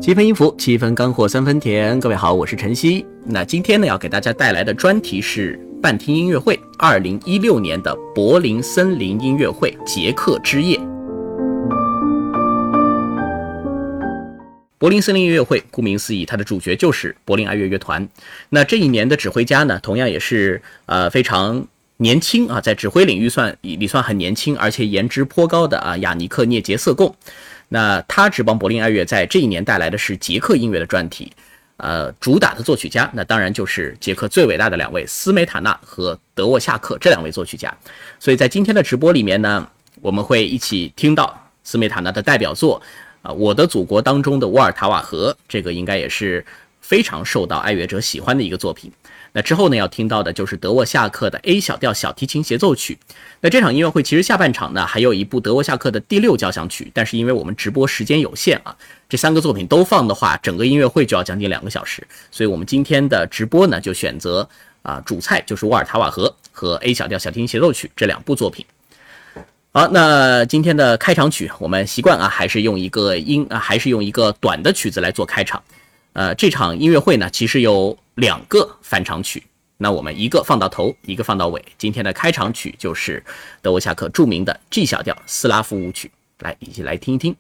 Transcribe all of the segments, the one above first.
7分音符，7分干货，3分甜。各位好，我是晨曦。那今天呢，要给大家带来的专题是伴听音乐会2016年的柏林森林音乐会捷克之夜。柏林森林音乐会顾名思义，它的主角就是柏林爱乐乐团。那这一年的指挥家呢，同样也是非常年轻啊，在指挥领域算很年轻，而且颜值颇高的雅尼克涅杰瑟贡。那他只帮柏林爱乐在这一年带来的是捷克音乐的专题，主打的作曲家那当然就是捷克最伟大的两位斯梅塔纳和德沃夏克这两位作曲家。所以在今天的直播里面呢，我们会一起听到斯梅塔纳的代表作我的祖国当中的沃尔塔瓦河，这个应该也是非常受到爱乐者喜欢的一个作品。那之后呢，要听到的就是德沃夏克的 A 小调小提琴协奏曲。那这场音乐会其实下半场呢，还有一部德沃夏克的第6交响曲，但是因为我们直播时间有限这3个作品都放的话，整个音乐会就要将近2个小时，所以我们今天的直播呢，就选择主菜就是沃尔塔瓦河和 A 小调小提琴协奏曲这2部作品。好，那今天的开场曲我们习惯还是用一个短的曲子来做开场。这场音乐会呢，其实有2个翻唱曲，那我们一个放到头，一个放到尾。今天的开场曲就是德沃夏克著名的 G 小调斯拉夫舞曲，来一起来听一听。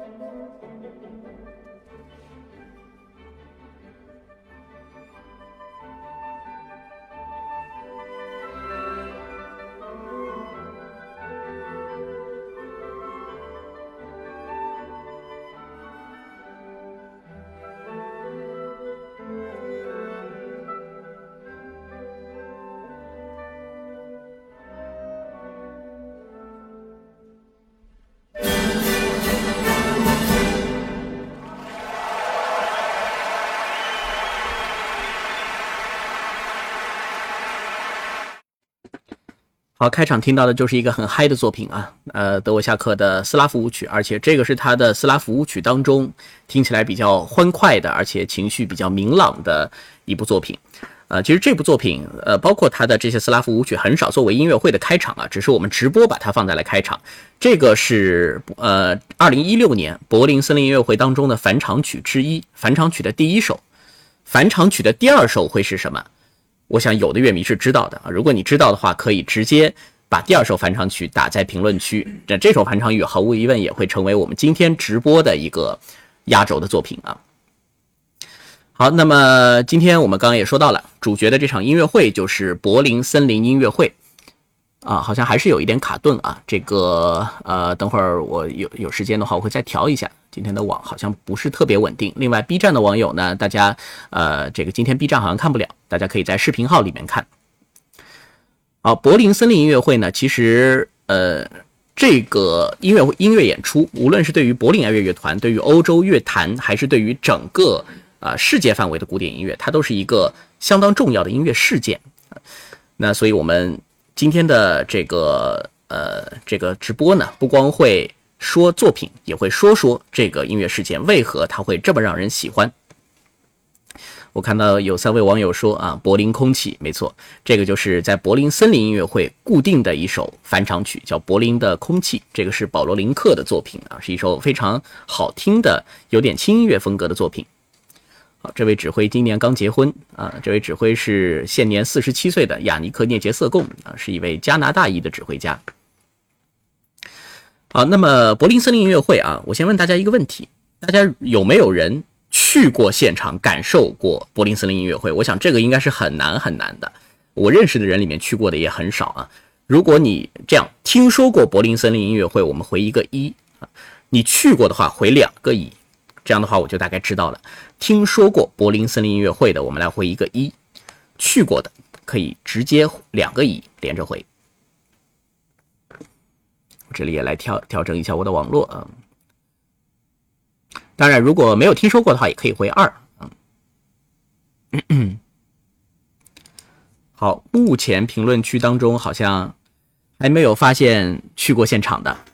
好，开场听到的就是一个很嗨的作品啊，德沃夏克的斯拉夫舞曲，而且这个是他的斯拉夫舞曲当中听起来比较欢快的，而且情绪比较明朗的一部作品。其实这部作品，包括他的这些斯拉夫舞曲很少作为音乐会的开场啊，只是我们直播把它放在了开场。这个是2016年柏林森林音乐会当中的返场曲之一，返场曲的第一首，返场曲的第二首会是什么？我想有的乐迷是知道的啊，如果你知道的话，可以直接把第二首返场曲打在评论区。这首返场曲毫无疑问也会成为我们今天直播的一个压轴的作品啊。好，那么今天我们刚刚也说到了，主角的这场音乐会就是柏林森林音乐会啊，好像还是有一点卡顿啊。这个等会儿我有时间的话，我会再调一下。今天的网好像不是特别稳定。另外 B 站的网友呢，大家这个今天 B 站好像看不了，大家可以在视频号里面看。好，柏林森林音乐会呢，其实这个音乐演出，无论是对于柏林爱乐乐团，对于欧洲乐坛，还是对于整个世界范围的古典音乐，它都是一个相当重要的音乐事件。那所以我们今天的这个直播呢，不光会说作品，也会说这个音乐事件为何它会这么让人喜欢。我看到有3位网友说啊，柏林空气，没错，这个就是在柏林森林音乐会固定的一首返场曲，叫《柏林的空气》，这个是保罗林克的作品啊，是一首非常好听的有点轻音乐风格的作品。好，这位指挥今年刚结婚啊，这位指挥是现年47岁的亚尼克涅杰瑟贡啊，是一位加拿大裔的指挥家。好，那么柏林森林音乐会啊，我先问大家一个问题，大家有没有人去过现场感受过柏林森林音乐会？我想这个应该是很难的，我认识的人里面去过的也很少啊。如果你这样听说过柏林森林音乐会，我们回一个1啊，你去过的话回2个1，这样的话我就大概知道了。听说过柏林森林音乐会的，我们来回一个1，去过的可以直接2个1连着回。我这里也来调整一下我的网络啊。当然如果没有听说过的话也可以回2。好，目前评论区当中好像还没有发现去过现场的。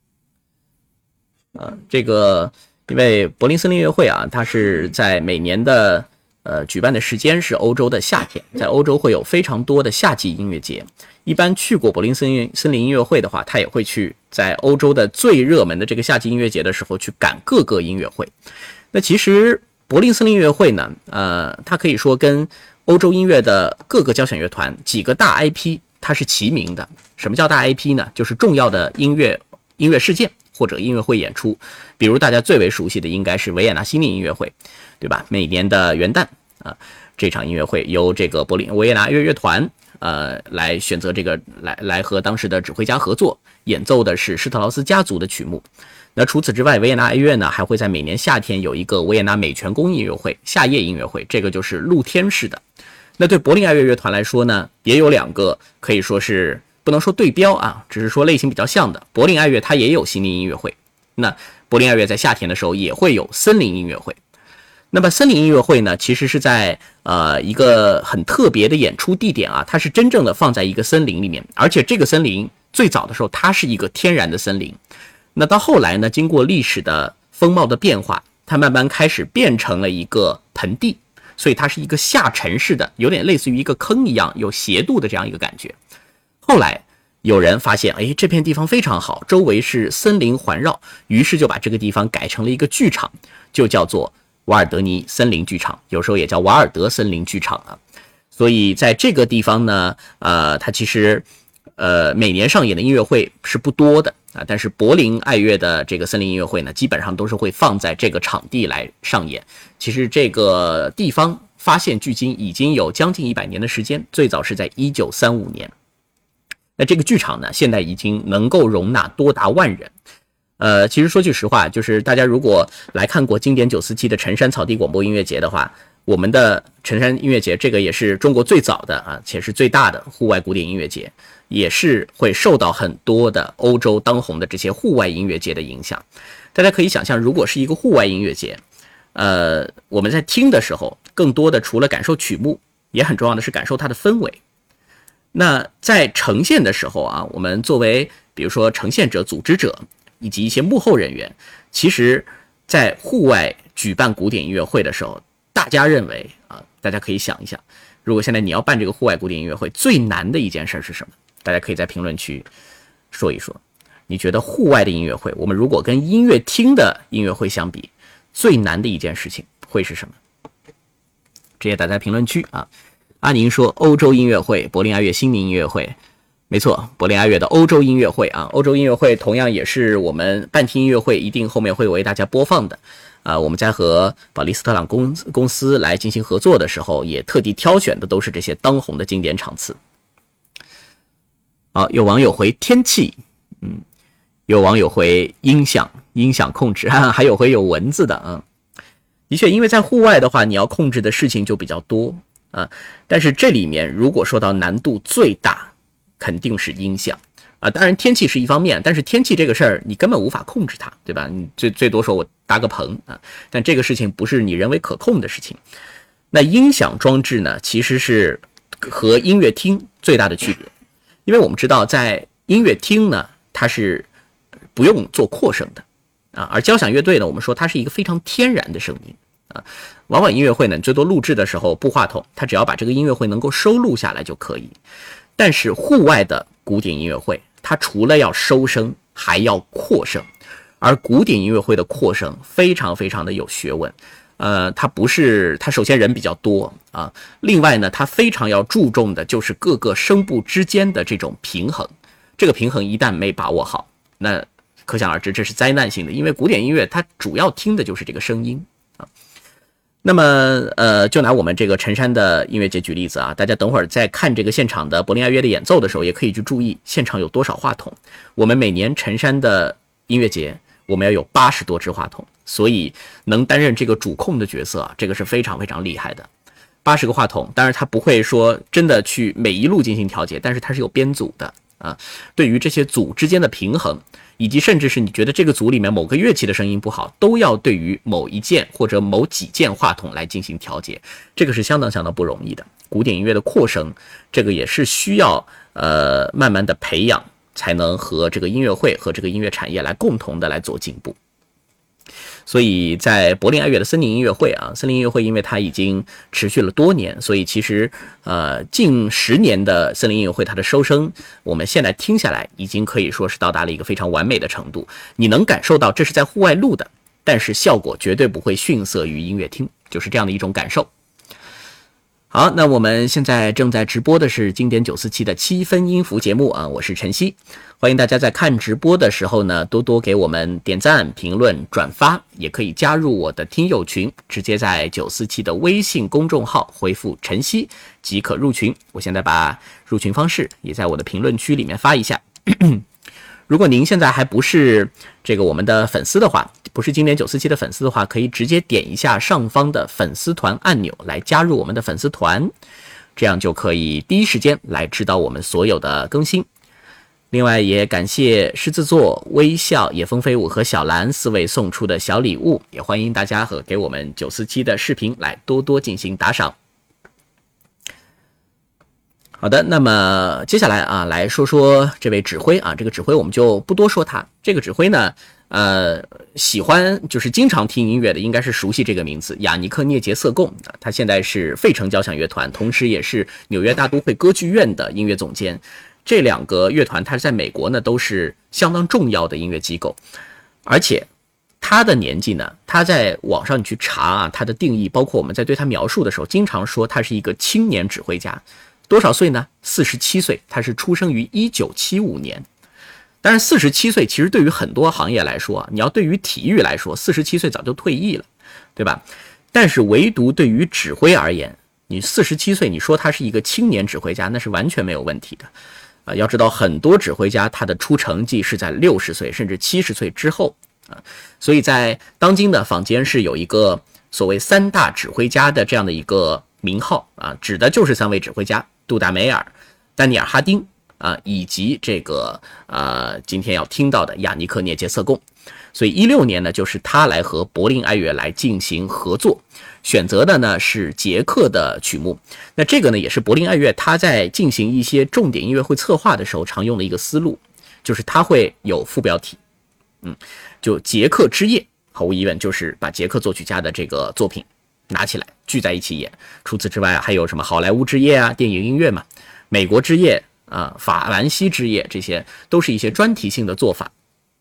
这个因为柏林森林音乐会啊，它是在每年的举办的时间是欧洲的夏天，在欧洲会有非常多的夏季音乐节。一般去过柏林森林音乐会的话，他也会去在欧洲的最热门的这个夏季音乐节的时候去赶各个音乐会。那其实柏林森林音乐会呢，它可以说跟欧洲音乐的各个交响乐团几个大 IP 它是齐名的。什么叫大 IP 呢？就是重要的音乐事件或者音乐会演出。比如大家最为熟悉的应该是维也纳新年音乐会，对吧？每年的元旦啊，这场音乐会由这个维也纳爱乐乐团来选择这个来和当时的指挥家合作，演奏的是施特劳斯家族的曲目。那除此之外，维也纳爱乐呢还会在每年夏天有一个维也纳美泉宫音乐会，夏夜音乐会，这个就是露天式的。那对柏林爱乐乐团来说呢，也有2个可以说是不能说对标啊，只是说类型比较像的。柏林爱乐它也有新年音乐会，那柏林爱乐在夏天的时候也会有森林音乐会。那么森林音乐会呢，其实是在一个很特别的演出地点啊，它是真正的放在一个森林里面，而且这个森林最早的时候它是一个天然的森林。那到后来呢，经过历史的风貌的变化，它慢慢开始变成了一个盆地，所以它是一个下沉式的，有点类似于一个坑一样，有斜度的这样一个感觉。后来有人发现，这片地方非常好，周围是森林环绕，于是就把这个地方改成了一个剧场，就叫做瓦尔德尼森林剧场，有时候也叫瓦尔德森林剧场啊。所以在这个地方呢，它其实每年上演的音乐会是不多的啊，但是柏林爱乐的这个森林音乐会呢，基本上都是会放在这个场地来上演。其实这个地方发现距今已经有将近100年的时间，最早是在1935年。那这个剧场呢，现在已经能够容纳多达10000人。其实说句实话，就是大家如果来看过经典947的陈山草地广播音乐节的话，我们的陈山音乐节这个也是中国最早的啊，且是最大的户外古典音乐节，也是会受到很多的欧洲当红的这些户外音乐节的影响。大家可以想象，如果是一个户外音乐节，我们在听的时候，更多的除了感受曲目，也很重要的是感受它的氛围。那在呈现的时候啊，我们作为比如说呈现者、组织者以及一些幕后人员，其实在户外举办古典音乐会的时候，大家认为啊，大家可以想一想，如果现在你要办这个户外古典音乐会，最难的一件事是什么？大家可以在评论区说一说，你觉得户外的音乐会，我们如果跟音乐厅的音乐会相比，最难的一件事情会是什么？这些打在评论区啊。阿宁说欧洲音乐会，柏林爱乐新年音乐会，没错，柏林爱乐的欧洲音乐会啊，欧洲音乐会同样也是我们半听音乐会一定后面会为大家播放的。我们在和保利斯特朗公司来进行合作的时候，也特地挑选的都是这些当红的经典场次。好，有网友回天气，有网友回音响控制，还有回有文字的啊。的确，因为在户外的话，你要控制的事情就比较多啊。但是这里面如果说到难度最大，肯定是音响啊。当然天气是一方面，但是天气这个事儿你根本无法控制它，对吧？你最多说我搭个棚啊，但这个事情不是你人为可控的事情。那音响装置呢，其实是和音乐厅最大的区别，因为我们知道在音乐厅呢，它是不用做扩声的啊，而交响乐队呢，我们说它是一个非常天然的声音啊。往往音乐会呢，最多录制的时候布话筒，它只要把这个音乐会能够收录下来就可以。但是户外的古典音乐会，它除了要收声，还要扩声，而古典音乐会的扩声非常非常的有学问。它首先人比较多啊，另外呢，它非常要注重的就是各个声部之间的这种平衡。这个平衡一旦没把握好，那可想而知这是灾难性的，因为古典音乐它主要听的就是这个声音啊。那么就拿我们这个陈山的音乐节举例子啊，大家等会儿在看这个现场的柏林爱乐的演奏的时候，也可以去注意现场有多少话筒。我们每年陈山的音乐节，我们要有80多支话筒，所以能担任这个主控的角色啊，这个是非常非常厉害的。80个话筒，当然它不会说真的去每一路进行调节，但是它是有编组的啊。对于这些组之间的平衡，以及甚至是你觉得这个组里面某个乐器的声音不好，都要对于某一件或者某几件话筒来进行调节，这个是相当相当不容易的。古典音乐的扩声，这个也是需要慢慢的培养，才能和这个音乐会和这个音乐产业来共同的来做进步。所以在柏林爱乐的森林音乐会啊，森林音乐会因为它已经持续了多年，所以其实近10年的森林音乐会它的收声，我们现在听下来已经可以说是到达了一个非常完美的程度。你能感受到这是在户外录的，但是效果绝对不会逊色于音乐厅，就是这样的一种感受。好，那我们现在正在直播的是经典947的7分音符节目啊，我是晨曦，欢迎大家在看直播的时候呢，多多给我们点赞、评论、转发，也可以加入我的听友群，直接在947的微信公众号回复晨曦即可入群。我现在把入群方式也在我的评论区里面发一下。如果您现在还不是这个我们的粉丝的话，不是经典947的粉丝的话，可以直接点一下上方的粉丝团按钮来加入我们的粉丝团，这样就可以第一时间来知道我们所有的更新。另外也感谢狮子座、微笑、野风飞舞和小兰4位送出的小礼物，也欢迎大家给我们947的视频来多多进行打赏。好的，那么接下来啊，来说说这位指挥啊，这个指挥我们就不多说他。这个指挥呢，喜欢就是经常听音乐的，应该是熟悉这个名字，雅尼克涅杰瑟贡。他现在是费城交响乐团，同时也是纽约大都会歌剧院的音乐总监。这两个乐团，它在美国呢都是相当重要的音乐机构，而且他的年纪呢，他在网上你去查啊，他的定义，包括我们在对他描述的时候，经常说他是一个青年指挥家。 多少岁呢？47岁，他是出生于1975年。当然47岁其实对于很多行业来说，你要对于体育来说47岁早就退役了，对吧？但是唯独对于指挥而言，你47岁你说他是一个青年指挥家，那是完全没有问题的。要知道很多指挥家他的出成绩是在60岁甚至70岁之后所以在当今的坊间是有一个所谓3大指挥家的这样的一个名号指的就是3位指挥家，杜达梅尔、丹尼尔哈丁以及这个今天要听到的亚尼克涅杰瑟贡。所以16年呢，就是他来和柏林爱乐来进行合作，选择的呢是捷克的曲目。那这个呢也是柏林爱乐他在进行一些重点音乐会策划的时候常用的一个思路，就是他会有副标题，就捷克之夜，毫无疑问就是把捷克作曲家的这个作品拿起来聚在一起演。除此之外还有什么好莱坞之夜啊，电影音乐嘛，美国之夜法兰西之夜，这些都是一些专题性的做法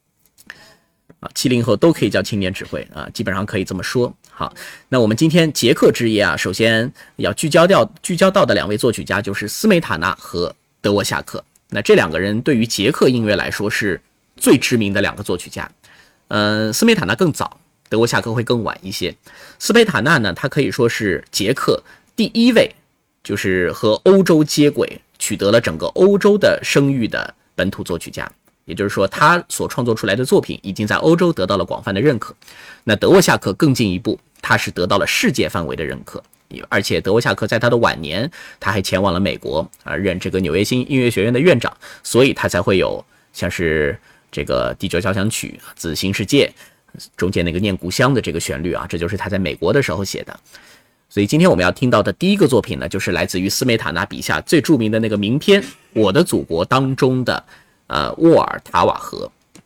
70后都可以叫青年指挥基本上可以这么说。好，那我们今天捷克之夜首先要聚焦到的2位作曲家就是斯梅塔纳和德沃夏克。那这2个人对于捷克音乐来说是最知名的2个作曲家。斯梅塔纳更早，德沃夏克会更晚一些。斯梅塔纳呢，他可以说是捷克第1位就是和欧洲接轨，取得了整个欧洲的声誉的本土作曲家。也就是说他所创作出来的作品已经在欧洲得到了广泛的认可。那德沃夏克更进一步，他是得到了世界范围的认可，而且德沃夏克在他的晚年他还前往了美国任这个纽约新音乐学院的院长，所以他才会有像是这个第9交响曲自新世界中间那个念故乡的这个旋律这就是他在美国的时候写的。所以今天我们要听到的第一个作品呢，就是来自于斯梅塔纳笔下最著名的那个名篇《我的祖国》当中的沃尔塔瓦河。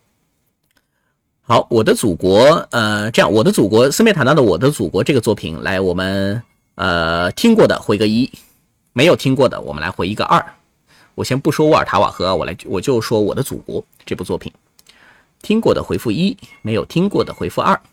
好，我的祖国这样，我的祖国，斯梅塔纳的我的祖国这个作品，来我们听过的回个1，没有听过的我们来回一个2。我先不说沃尔塔瓦河我就说我的祖国这部作品，听过的回复1，没有听过的回复2。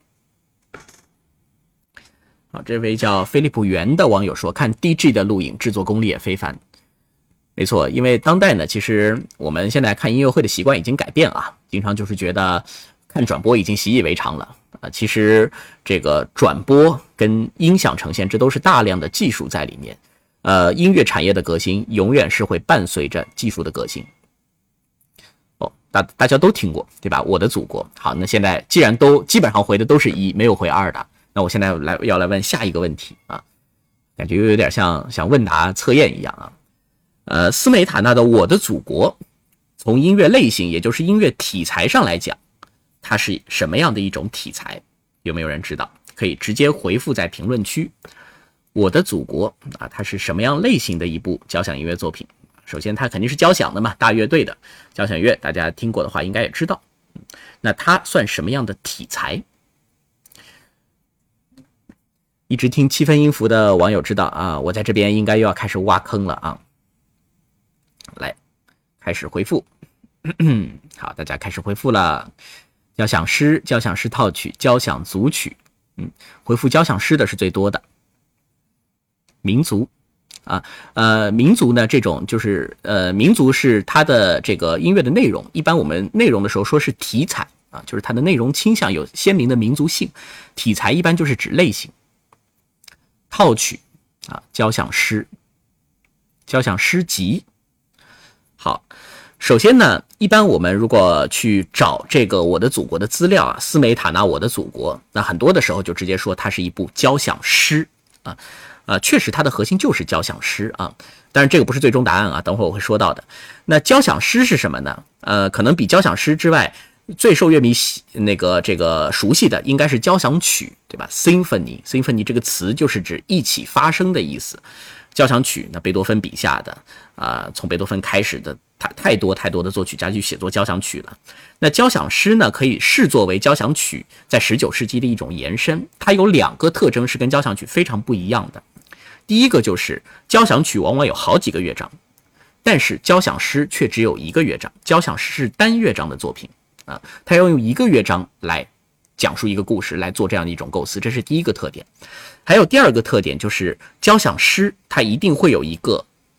好，这位叫飞利浦元的网友说，看 DG 的录影制作功力也非凡。没错，因为当代呢，其实我们现在看音乐会的习惯已经改变经常就是觉得看转播已经习以为常了其实这个转播跟音响呈现，这都是大量的技术在里面。音乐产业的革新永远是会伴随着技术的革新。大家都听过对吧？我的祖国。好，那现在既然都基本上回的都是1，没有回2的，那我现在要来问下一个问题感觉又有点像问答测验一样斯梅塔纳的《我的祖国》从音乐类型，也就是音乐题材上来讲，它是什么样的一种题材？有没有人知道？可以直接回复在评论区。我的祖国它是什么样类型的一部交响音乐作品？首先它肯定是交响的嘛，大乐队的交响乐，大家听过的话应该也知道。那它算什么样的题材？一直听7分音符的网友知道我在这边应该又要开始挖坑了来，开始回复。好，大家开始回复了。交响诗、交响诗套曲、交响组曲，回复交响诗的是最多的。民族民族呢，这种就是民族是它的这个音乐的内容，一般我们内容的时候说是题材就是它的内容倾向有鲜明的民族性，题材一般就是指类型。套曲交响诗、交响诗集。好，首先呢，一般我们如果去找这个我的祖国的资料斯梅塔纳我的祖国，那很多的时候就直接说它是一部交响诗确实它的核心就是交响诗当然这个不是最终答案等会儿我会说到的。那交响诗是什么呢？可能比交响诗之外最受乐迷这个熟悉的应该是交响曲，对吧？ Symphony 这个词就是指一起发生的意思。交响曲，那贝多芬笔下的从贝多芬开始的太多的作曲家去写作交响曲了。那交响诗呢，可以视作为交响曲在19世纪的一种延伸。它有2个特征是跟交响曲非常不一样的。第一个就是交响曲往往有好几个乐章，但是交响诗却只有1个乐章。交响诗是单乐章的作品它要用1个乐章来讲述一个故事，来做这样的一种构思，这是第一个特点。还有第2个特点，就是交响诗它一定会有一个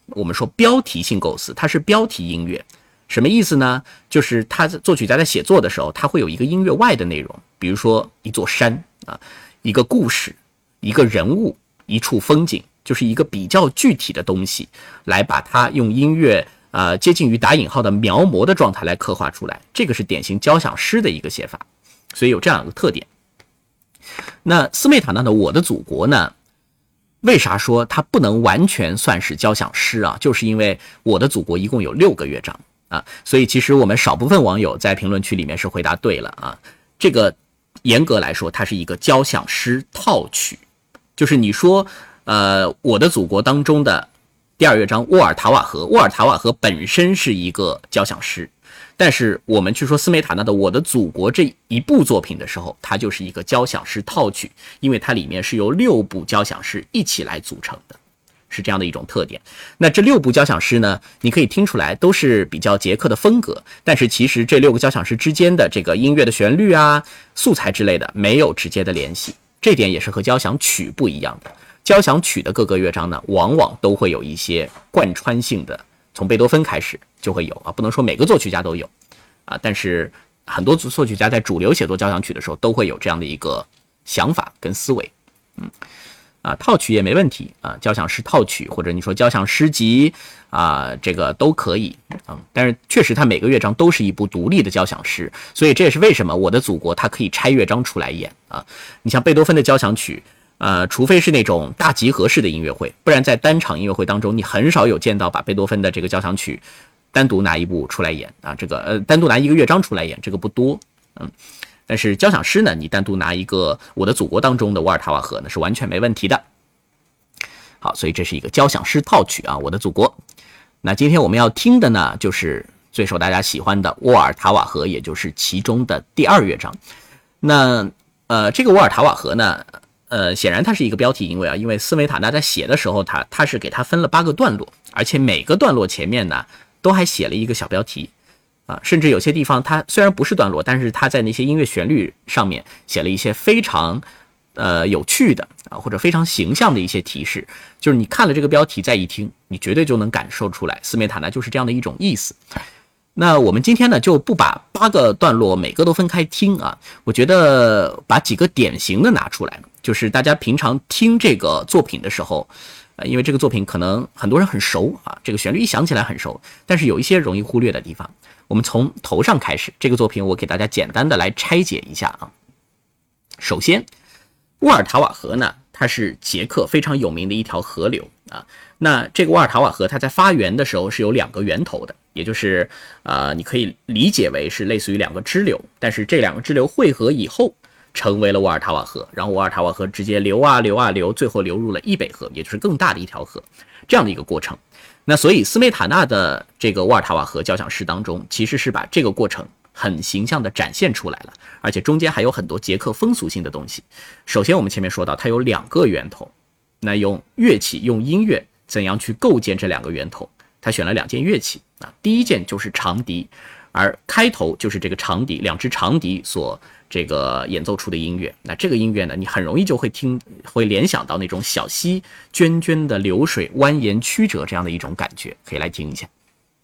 我们说标题性构思，它是标题音乐。什么意思呢？就是他作曲家在写作的时候，他会有一个音乐外的内容，比如说一座山啊，一个故事，一个人物，一处风景，就是一个比较具体的东西，来把它用音乐接近于打引号的描摹的状态来刻画出来。这个是典型交响诗的一个写法，所以有这样一个特点。那斯梅塔纳的《我的祖国》呢？为啥说它不能完全算是交响诗啊？就是因为《我的祖国》一共有6个乐章啊，所以其实我们少部分网友在评论区里面是回答对了啊。这个严格来说，它是一个交响诗套曲，就是你说我的祖国当中的第2乐章沃尔塔瓦河，沃尔塔瓦河本身是一个交响诗，但是我们去说斯梅塔纳的《我的祖国》这一部作品的时候，它就是一个交响诗套曲，因为它里面是由6部交响诗一起来组成的，是这样的一种特点。那这6部交响诗呢，你可以听出来都是比较捷克的风格，但是其实这6个交响诗之间的这个音乐的旋律啊、素材之类的没有直接的联系，这点也是和交响曲不一样的。交响曲的各个乐章呢，往往都会有一些贯穿性的，从贝多芬开始就会有啊，不能说每个作曲家都有啊，但是很多作曲家在主流写作交响曲的时候都会有这样的一个想法跟思维。套曲也没问题啊，交响诗套曲或者你说交响诗集啊，这个都可以啊。但是确实它每个乐章都是一部独立的交响诗，所以这也是为什么《我的祖国》它可以拆乐章出来演啊。你像贝多芬的交响曲。除非是那种大集合式的音乐会，不然在单场音乐会当中，你很少有见到把贝多芬的这个交响曲单独拿一部出来演啊，这个单独拿一个乐章出来演，这个不多。但是交响诗呢，你单独拿一个《我的祖国》当中的沃尔塔瓦河呢，是完全没问题的。好，所以这是一个交响诗套曲啊，《我的祖国》。那今天我们要听的呢，就是最受大家喜欢的沃尔塔瓦河，也就是其中的第2乐章。那这个沃尔塔瓦河呢？显然它是一个标题音乐啊，因为斯梅塔纳在写的时候，他是给它分了8个段落，而且每个段落前面呢都还写了一个小标题啊，甚至有些地方它虽然不是段落，但是它在那些音乐旋律上面写了一些非常有趣的啊或者非常形象的一些提示，就是你看了这个标题再一听，你绝对就能感受出来斯梅塔纳就是这样的一种意思。那我们今天呢就不把8个段落每个都分开听啊，我觉得把几个典型的拿出来，就是大家平常听这个作品的时候，因为这个作品可能很多人很熟啊，这个旋律一想起来很熟，但是有一些容易忽略的地方。我们从头上开始，这个作品我给大家简单的来拆解一下啊。首先，沃尔塔瓦河呢，它是捷克非常有名的一条河流啊。那这个沃尔塔瓦河它在发源的时候是有2个源头的，也就是你可以理解为是类似于2个支流，但是这2个支流汇合以后成为了沃尔塔瓦河，然后沃尔塔瓦河直接流啊流啊流，最后流入了易北河，也就是更大的一条河，这样的一个过程。那所以斯梅塔纳的这个沃尔塔瓦河交响诗当中，其实是把这个过程很形象的展现出来了，而且中间还有很多捷克风俗性的东西。首先我们前面说到它有2个源头，那用乐器用音乐怎样去构建这2个源头，他选了2件乐器啊，第一件就是长笛，而开头就是这个长笛2支长笛所这个演奏出的音乐。那这个音乐呢，你很容易就会联想到那种小溪涓涓的流水蜿蜒曲折这样的一种感觉，可以来听一下。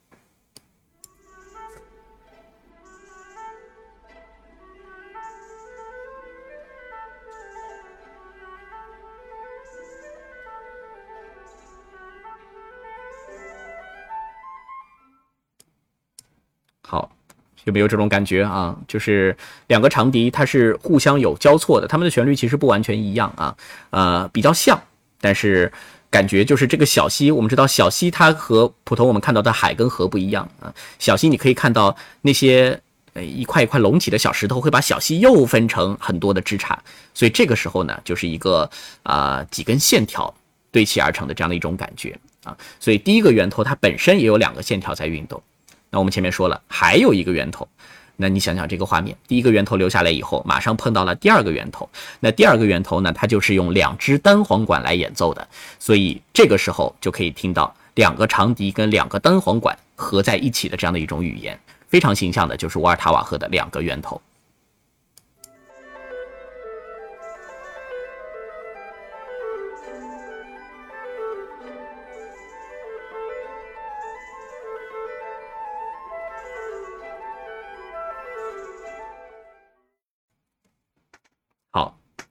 好，有没有这种感觉啊？就是2个长笛它是互相有交错的，它们的旋律其实不完全一样啊，比较像，但是感觉就是这个小溪，我们知道小溪它和普通我们看到的海跟河不一样啊。小溪你可以看到那些一块一块隆起的小石头会把小溪又分成很多的枝杈，所以这个时候呢，就是一个几根线条堆砌而成的这样的一种感觉啊。所以第一个源头它本身也有2个线条在运动。那我们前面说了，还有一个源头，那你想想这个画面，第一个源头留下来以后，马上碰到了第2个源头，那第2个源头呢，它就是用2支单簧管来演奏的，所以这个时候就可以听到2个长笛跟2个单簧管合在一起的这样的一种语言，非常形象的就是沃尔塔瓦河的2个源头。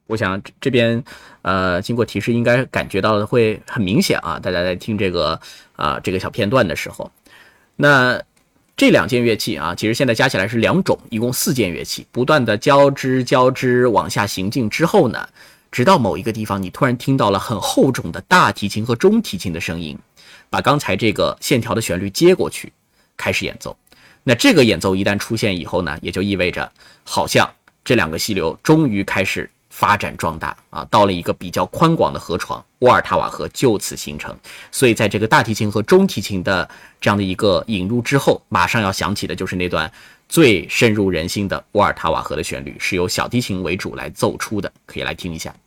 我想这边经过提示应该感觉到的会很明显啊，大家在听这个这个小片段的时候，那这2件乐器啊，其实现在加起来是2种，一共4件乐器，不断的交织往下行进之后呢，直到某一个地方，你突然听到了很厚重的大提琴和中提琴的声音，把刚才这个线条的旋律接过去，开始演奏。那这个演奏一旦出现以后呢，也就意味着好像这2个溪流终于开始发展壮大啊，到了一个比较宽广的河床，沃尔塔瓦河就此形成。所以在这个大提琴和中提琴的这样的一个引入之后，马上要响起的就是那段最深入人心的沃尔塔瓦河的旋律，是由小提琴为主来奏出的，可以来听一下。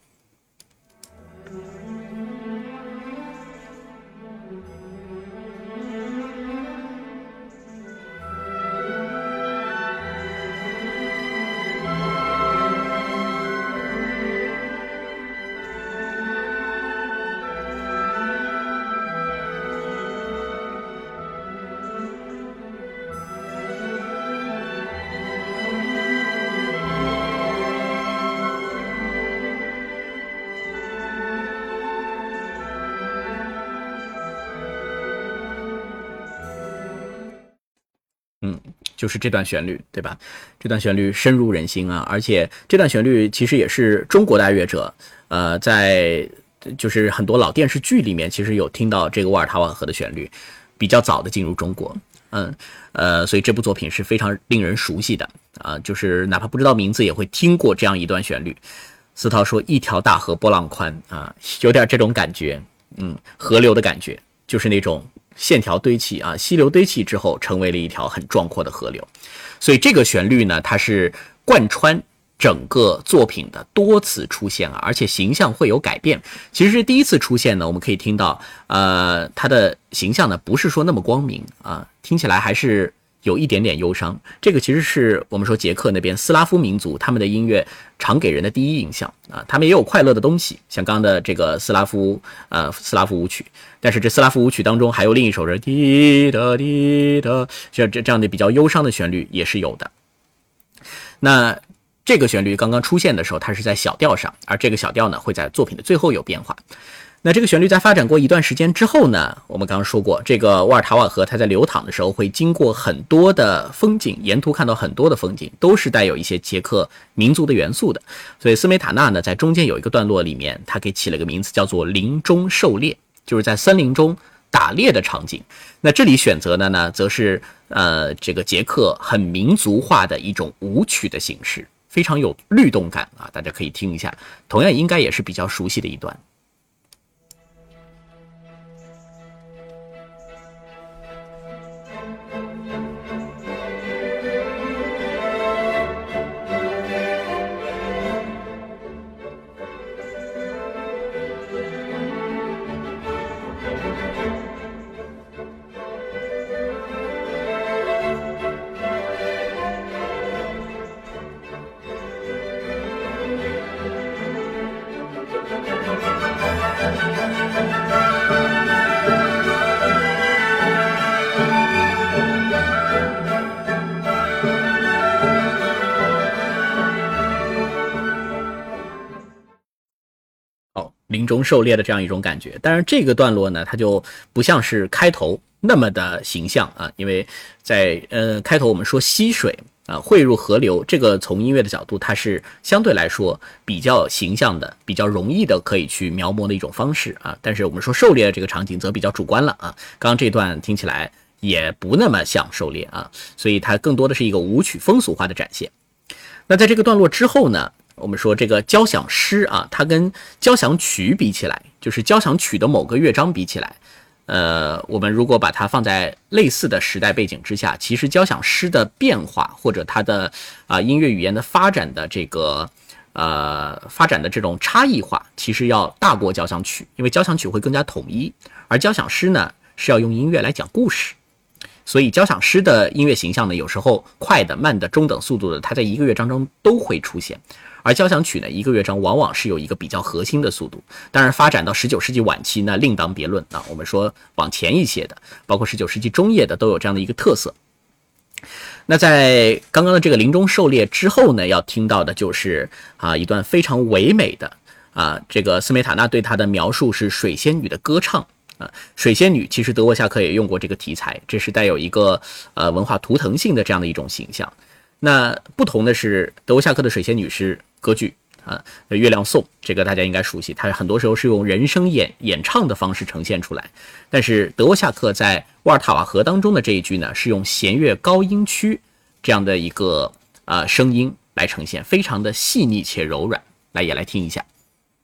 就是这段旋律，对吧？这段旋律深入人心啊，而且这段旋律其实也是中国的爱乐者，在就是很多老电视剧里面，其实有听到这个沃尔塔瓦河的旋律，比较早的进入中国，所以这部作品是非常令人熟悉的啊，就是哪怕不知道名字，也会听过这样一段旋律。司涛说：“一条大河波浪宽啊，有点这种感觉，河流的感觉，就是那种。”线条堆砌啊，溪流堆砌之后，成为了一条很壮阔的河流。所以这个旋律呢，它是贯穿整个作品的多次出现啊，而且形象会有改变。其实第一次出现呢，我们可以听到，它的形象呢不是说那么光明啊，听起来还是有一点点忧伤。这个其实是我们说捷克那边斯拉夫民族他们的音乐常给人的第一印象啊，他们也有快乐的东西，像刚刚的这个斯拉夫舞曲。但是这斯拉夫舞曲当中还有另一首是滴答滴答，这样的比较忧伤的旋律也是有的。那这个旋律刚刚出现的时候，它是在小调上，而这个小调呢会在作品的最后有变化。那这个旋律在发展过一段时间之后呢，我们刚刚说过，这个沃尔塔瓦河它在流淌的时候会经过很多的风景，沿途看到很多的风景，都是带有一些捷克民族的元素的。所以斯梅塔纳呢在中间有一个段落里面，他给起了个名字叫做林中狩猎，就是在森林中打猎的场景。那这里选择的呢则是这个捷克很民族化的一种舞曲的形式，非常有律动感啊，大家可以听一下，同样应该也是比较熟悉的一段。林中狩猎的这样一种感觉。当然这个段落呢，它就不像是开头那么的形象啊，因为在开头我们说溪水啊汇入河流，这个从音乐的角度它是相对来说比较形象的，比较容易的可以去描摹的一种方式啊。但是我们说狩猎这个场景则比较主观了啊，刚刚这段听起来也不那么像狩猎啊，所以它更多的是一个舞曲风俗化的展现。那在这个段落之后呢，我们说这个交响诗啊，它跟交响曲比起来，就是交响曲的某个乐章比起来，我们如果把它放在类似的时代背景之下，其实交响诗的变化或者它的音乐语言的发展的这个发展的这种差异化，其实要大过交响曲，因为交响曲会更加统一，而交响诗呢是要用音乐来讲故事。所以交响诗的音乐形象呢，有时候快的、慢的、中等速度的，它在一个乐章中都会出现。而交响曲呢，一个乐章往往是有一个比较核心的速度。当然，发展到19世纪晚期呢，另当别论啊。我们说往前一些的，包括19世纪中叶的，都有这样的一个特色。 那在刚刚的这个林中狩猎之后呢，要听到的就是一段非常唯美的这个斯梅塔纳对她的描述是水仙女的歌唱。水仙女其实德沃夏克也用过这个题材，这是带有一个文化图腾性的这样的一种形象。那不同的是，德沃夏克的水仙女是歌剧月亮颂，这个大家应该熟悉，它很多时候是用人声演唱的方式呈现出来。但是德沃夏克在沃尔塔瓦河当中的这一句呢，是用弦乐高音区这样的一个声音来呈现，非常的细腻且柔软。也来听一下。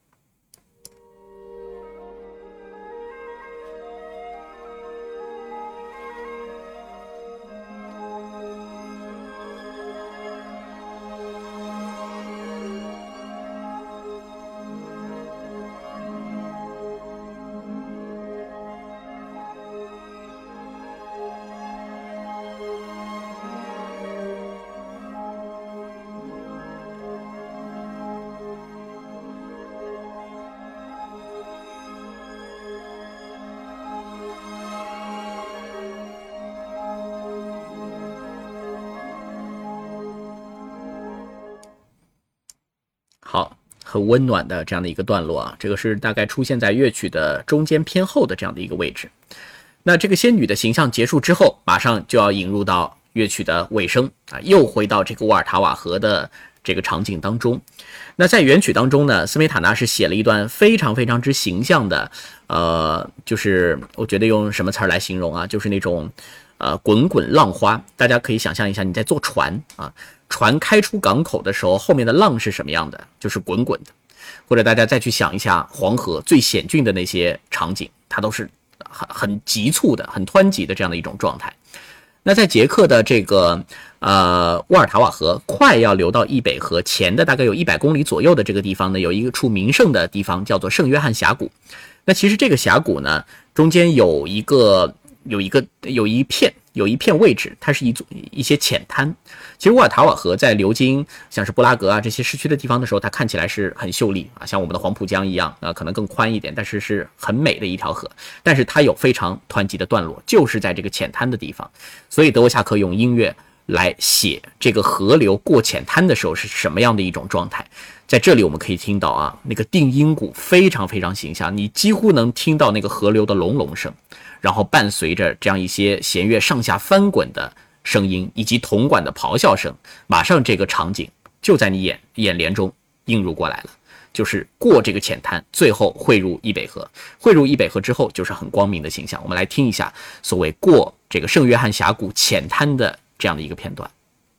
好，很温暖的这样的一个段落这个是大概出现在乐曲的中间偏后的这样的一个位置。那这个仙女的形象结束之后，马上就要引入到乐曲的尾声又回到这个沃尔塔瓦河的这个场景当中。那在原曲当中呢，斯梅塔纳是写了一段非常非常之形象的就是我觉得用什么词来形容就是那种滚滚浪花。大家可以想象一下，你在坐船船开出港口的时候，后面的浪是什么样的？就是滚滚的。或者大家再去想一下黄河最险峻的那些场景，它都是很急促的、很湍急的这样的一种状态。那在捷克的这个沃尔塔瓦河快要流到易北河前的大概有100公里左右的这个地方呢，有一处名胜的地方叫做圣约翰峡谷。那其实这个峡谷呢，中间有一片位置，它是一些浅滩。其实沃尔塔瓦河在流经像是布拉格这些市区的地方的时候，它看起来是很秀丽像我们的黄浦江一样可能更宽一点，但是是很美的一条河。但是它有非常湍急的段落，就是在这个浅滩的地方。所以德沃夏克用音乐来写这个河流过浅滩的时候是什么样的一种状态。在这里我们可以听到那个定音鼓非常非常形象，你几乎能听到那个河流的隆隆声，然后伴随着这样一些弦乐上下翻滚的声音以及铜管的咆哮声，马上这个场景就在你眼帘中映入过来了，就是过这个浅滩，最后汇入易北河。汇入易北河之后就是很光明的形象。我们来听一下所谓过这个圣约翰峡谷浅滩的这样的一个片段。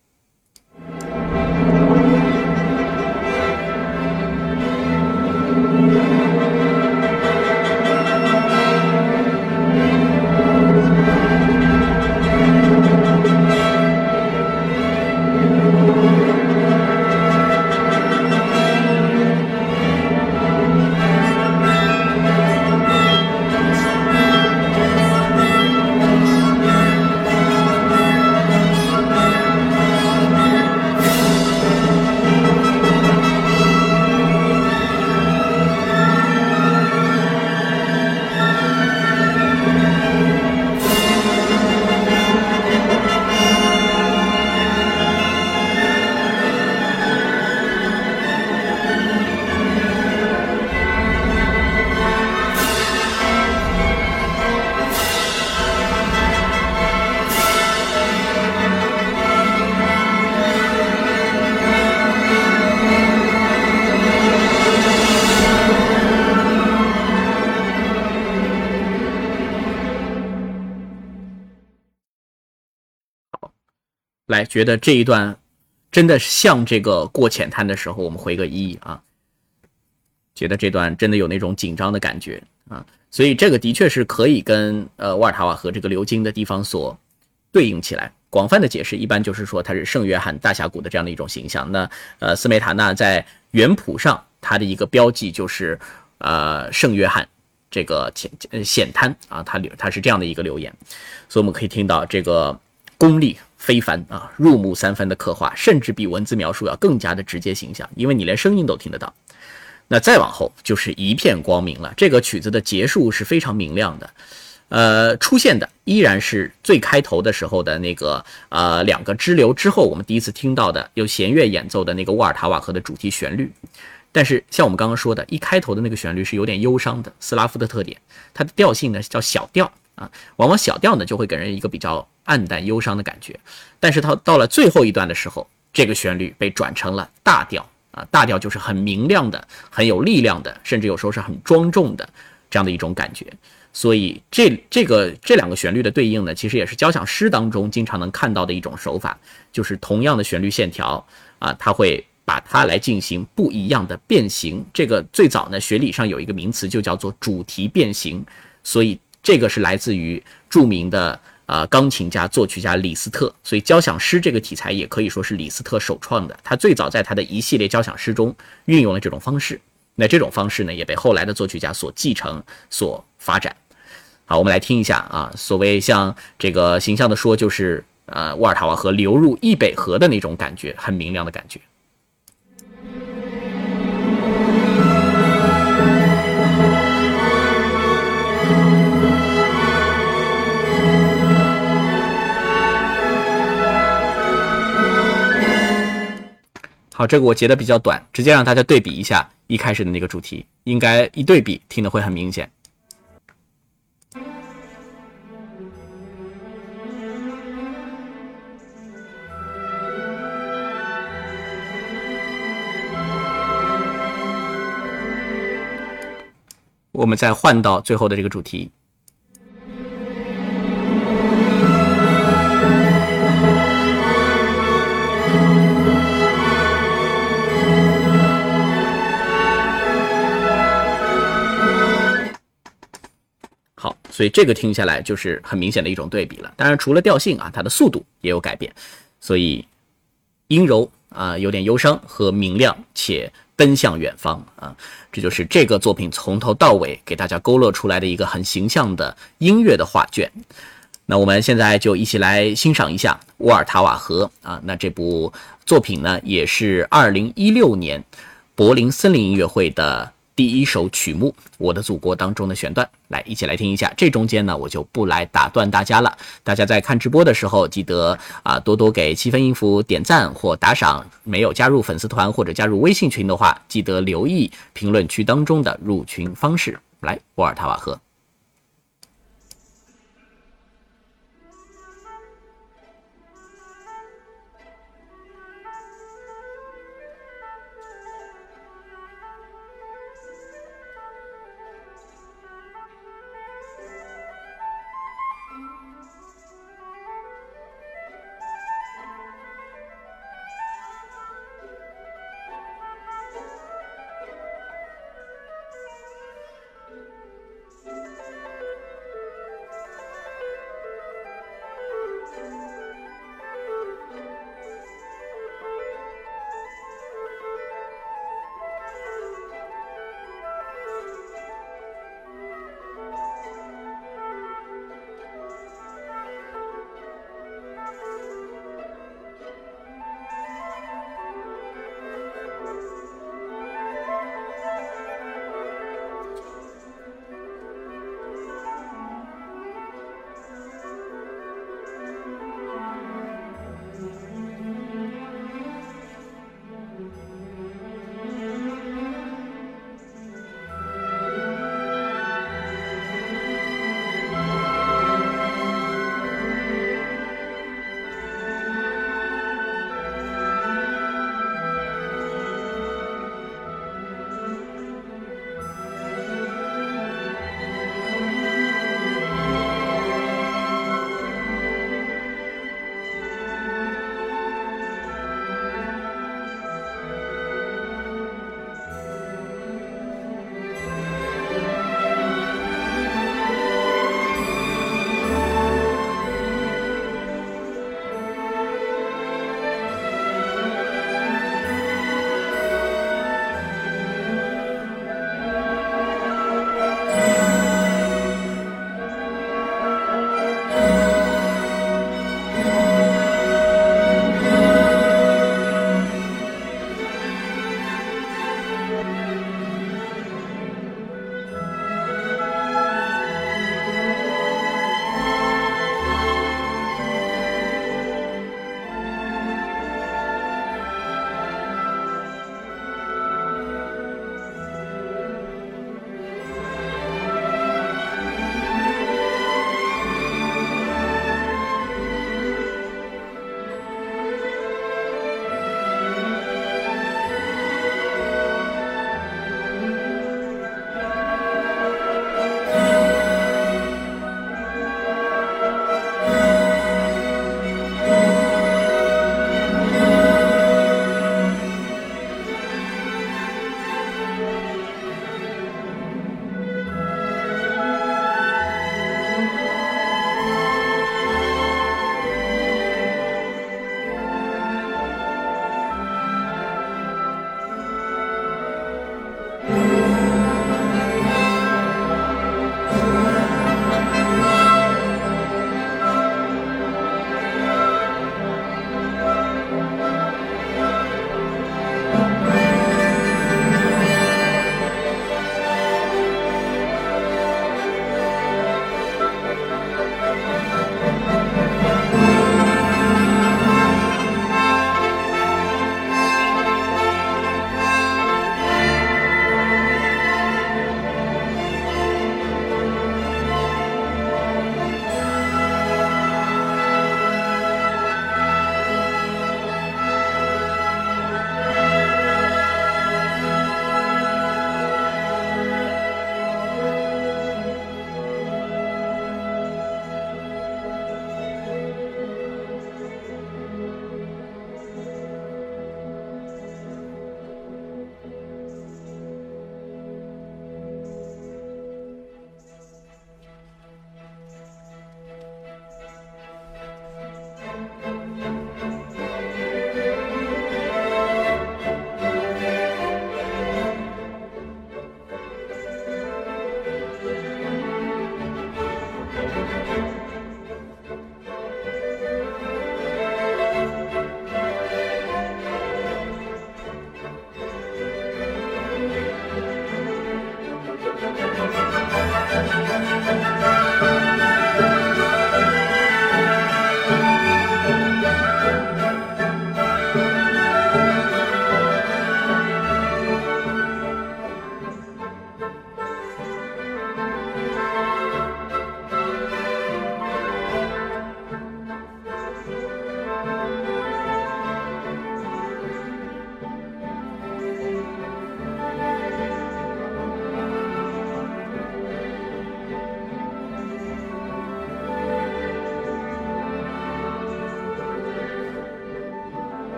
来，觉得这一段真的像这个过浅滩的时候，我们回个1觉得这段真的有那种紧张的感觉所以这个的确是可以跟沃尔塔瓦河这个流经的地方所对应起来。广泛的解释一般就是说它是圣约翰大峡谷的这样的一种形象。那斯梅塔纳在原谱上它的一个标记就是圣约翰这个险滩它是这样的一个留言。所以我们可以听到这个功力非凡入木三分的刻画，甚至比文字描述要更加的直接形象，因为你连声音都听得到。那再往后就是一片光明了，这个曲子的结束是非常明亮的出现的依然是最开头的时候的那个两个支流之后，我们第一次听到的由弦乐演奏的那个沃尔塔瓦河的主题旋律。但是像我们刚刚说的，一开头的那个旋律是有点忧伤的，斯拉夫的特点，它的调性呢叫小调啊，往往小调呢就会给人一个比较暗淡忧伤的感觉。但是它到了最后一段的时候，这个旋律被转成了大调啊，大调就是很明亮的、很有力量的，甚至有时候是很庄重的这样的一种感觉。所以这两个旋律的对应呢，其实也是交响诗当中经常能看到的一种手法，就是同样的旋律线条啊，它会把它来进行不一样的变形。这个最早呢，学理上有一个名词就叫做主题变形，所以这个是来自于著名的钢琴家、作曲家李斯特，所以交响诗这个题材也可以说是李斯特首创的。他最早在他的一系列交响诗中运用了这种方式，那这种方式呢，也被后来的作曲家所继承、所发展。好，我们来听一下啊，所谓像这个形象的说，就是沃尔塔瓦河流入易北河的那种感觉，很明亮的感觉。好，这个我截的比较短，直接让大家对比一下一开始的那个主题，应该一对比听得会很明显。我们再换到最后的这个主题。好，所以这个听下来就是很明显的一种对比了。当然，除了调性啊，它的速度也有改变，所以阴柔有点忧伤和明亮且奔向远方啊，这就是这个作品从头到尾给大家勾勒出来的一个很形象的音乐的画卷。那我们现在就一起来欣赏一下沃尔塔瓦河啊，那这部作品呢也是2016年柏林森林音乐会的第一首曲目《我的祖国》当中的选段，来一起来听一下。这中间呢，我就不来打断大家了。大家在看直播的时候，记得多多给7分音符点赞或打赏。没有加入粉丝团或者加入微信群的话，记得留意评论区当中的入群方式。来，沃尔塔瓦河。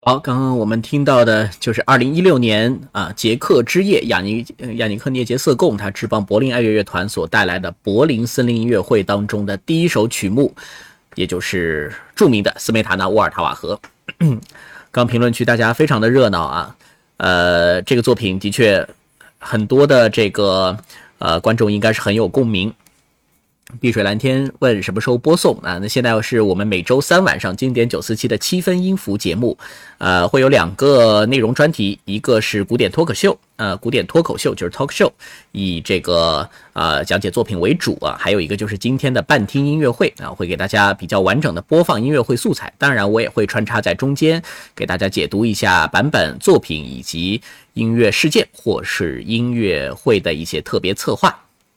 好，刚刚我们听到的就是2016年捷克之夜雅尼克涅杰瑟贡他执棒柏林爱乐乐团所带来的柏林森林音乐会当中的第一首曲目，也就是著名的斯梅塔纳沃尔塔瓦河。刚评论区大家非常的热闹啊，这个作品的确很多的这个观众应该是很有共鸣。碧水蓝天问什么时候播送啊？那现在是我们每周三晚上经典947的7分音符节目，会有2个内容专题，一个是古典脱口秀，古典脱口秀就是 talk show， 以这个讲解作品为主啊，还有一个就是今天的半听音乐会啊，会给大家比较完整的播放音乐会素材，当然我也会穿插在中间给大家解读一下版本作品以及音乐事件或是音乐会的一些特别策划。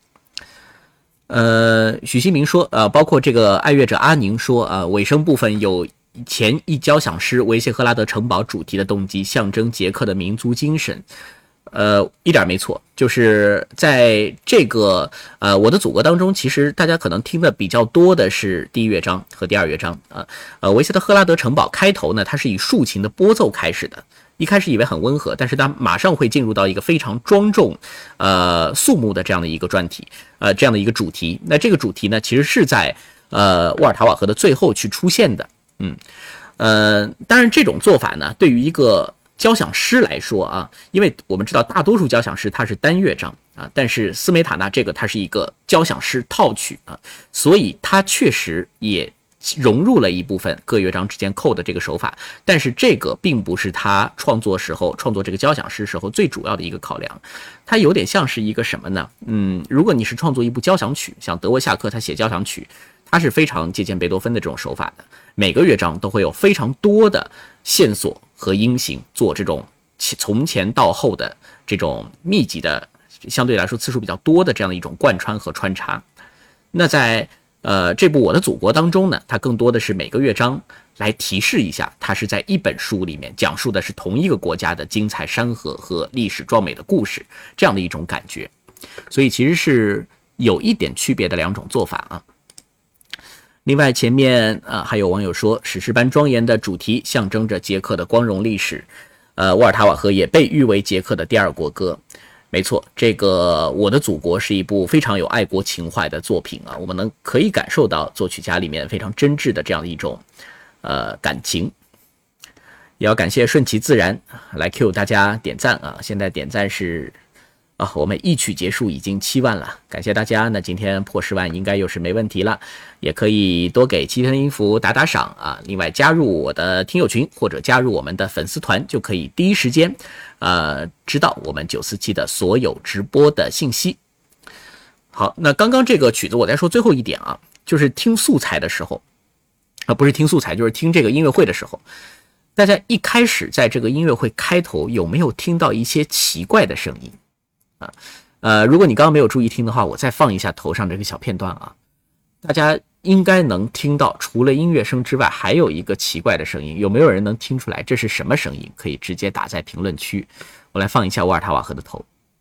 许新明说，包括这个爱乐者阿宁说，尾声部分有前一交响诗维谢赫拉德城堡主题的动机，象征捷克的民族精神。一点没错，就是在这个我的祖国当中，其实大家可能听的比较多的是第一乐章和第二乐章维谢赫拉德城堡开头呢，它是以竖琴的拨奏开始的。一开始以为很温和，但是它马上会进入到一个非常庄重、肃穆的这样的一个专题，这样的一个主题。那这个主题呢，其实是在沃尔塔瓦河的最后去出现的。当然这种做法呢，对于一个交响诗来说啊，因为我们知道大多数交响诗它是单乐章啊，但是斯梅塔纳这个它是一个交响诗套曲啊，所以它确实也融入了一部分各乐章之间扣的这个手法，但是这个并不是他创作这个交响诗时候最主要的一个考量。它有点像是一个什么呢？如果你是创作一部交响曲，像德沃夏克他写交响曲，他是非常借鉴贝多芬的这种手法的，每个乐章都会有非常多的线索和音型做这种从前到后的这种密集的，相对来说次数比较多的这样的一种贯穿和穿插。那在这部《我的祖国》当中呢，它更多的是每个乐章来提示一下，它是在一本书里面讲述的是同一个国家的精彩山河和历史壮美的故事，这样的一种感觉。所以其实是有一点区别的2种做法啊。另外前面还有网友说，史诗般庄严的主题象征着捷克的光荣历史，沃尔塔瓦河也被誉为捷克的第2国歌。没错，这个《我的祖国》是一部非常有爱国情怀的作品啊，我们可以感受到作曲家里面非常真挚的这样的一种感情。也要感谢顺其自然来 Q 大家点赞啊，现在点赞是我们一曲结束已经7万了，感谢大家。那今天破10万应该又是没问题了，也可以多给7分音符打赏啊。另外加入我的听友群或者加入我们的粉丝团，就可以第一时间知道我们947的所有直播的信息。好，那刚刚这个曲子我再说最后一点啊，就是听素材的时候不是听素材，就是听这个音乐会的时候，大家一开始在这个音乐会开头有没有听到一些奇怪的声音如果你刚刚没有注意听的话，我再放一下头上这个小片段啊，大家应该能听到，除了音乐声之外，还有一个奇怪的声音，有没有人能听出来这是什么声音？可以直接打在评论区。我来放一下沃尔塔瓦河的头。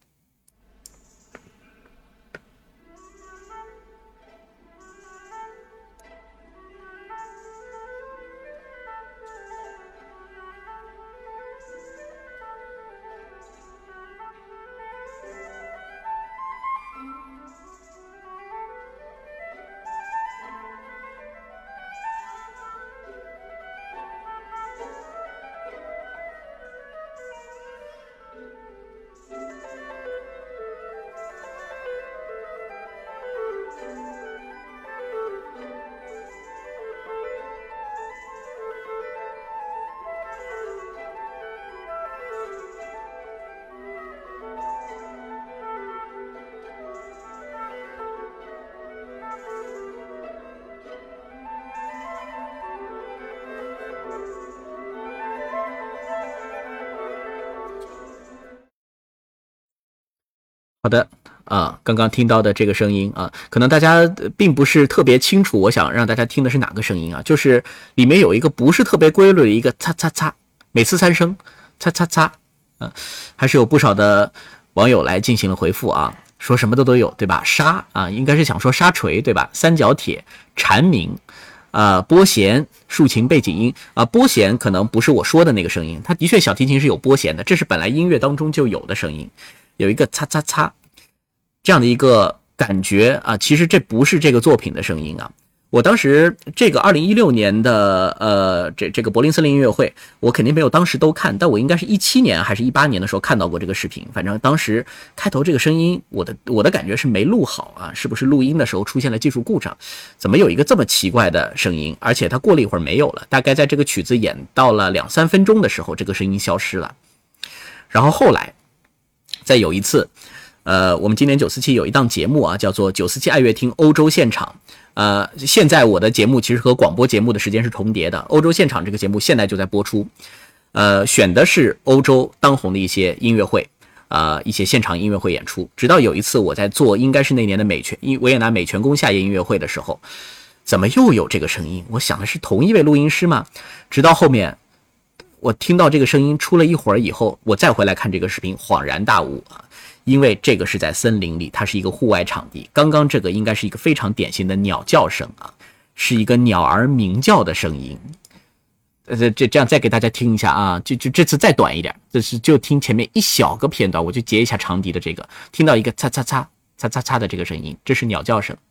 好的刚刚听到的这个声音可能大家并不是特别清楚，我想让大家听的是哪个声音就是里面有一个不是特别规律的一个擦擦擦，每次3声，擦擦擦还是有不少的网友来进行了回复说什么的都有，对吧？沙应该是想说沙锤，对吧？三角铁、蝉鸣拨弦、竖琴背景音拨弦可能不是我说的那个声音，它的确小提琴是有拨弦的，这是本来音乐当中就有的声音，有一个擦擦擦这样的一个感觉其实这不是这个作品的声音我当时这个2016年的这个柏林森林音乐会，我肯定没有当时都看，但我应该是17年还是18年的时候看到过这个视频。反正当时开头这个声音，我的感觉是没录好是不是录音的时候出现了技术故障？怎么有一个这么奇怪的声音？而且它过了一会儿没有了，大概在这个曲子演到了2-3分钟的时候，这个声音消失了。然后后来再有一次，我们今年947有一档节目叫做947爱乐厅欧洲现场。现在我的节目其实和广播节目的时间是重叠的，欧洲现场这个节目现在就在播出，选的是欧洲当红的一些音乐会，一些现场音乐会演出。直到有一次我在做应该是那年的维也纳美泉宫夏夜音乐会的时候，怎么又有这个声音？我想的是同一位录音师吗？直到后面我听到这个声音出了一会儿以后，我再回来看这个视频，恍然大悟因为这个是在森林里，它是一个户外场地。刚刚这个应该是一个非常典型的鸟叫声是一个鸟儿鸣叫的声音。这样再给大家听一下就这次再短一点，就听前面一小个片段，我就截一下长笛的这个，听到一个擦擦擦擦擦擦的这个声音，这是鸟叫声。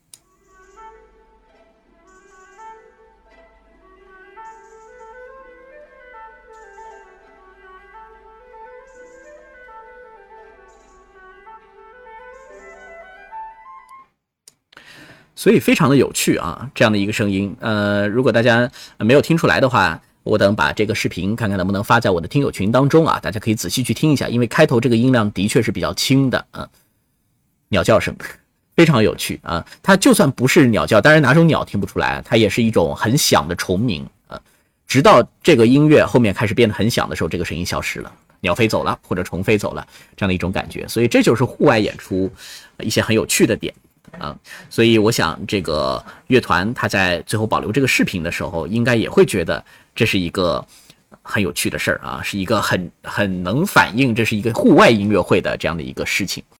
所以非常的有趣这样的一个声音。如果大家没有听出来的话，我等把这个视频看看能不能发在我的听友群当中大家可以仔细去听一下，因为开头这个音量的确是比较轻的鸟叫声非常有趣它就算不是鸟叫，当然哪种鸟听不出来它也是一种很响的虫鸣直到这个音乐后面开始变得很响的时候，这个声音消失了，鸟飞走了或者虫飞走了，这样的一种感觉。所以这就是户外演出一些很有趣的点所以我想这个乐团他在最后保留这个视频的时候，应该也会觉得这是一个很有趣的事儿是一个很能反映这是一个户外音乐会的这样的一个事情。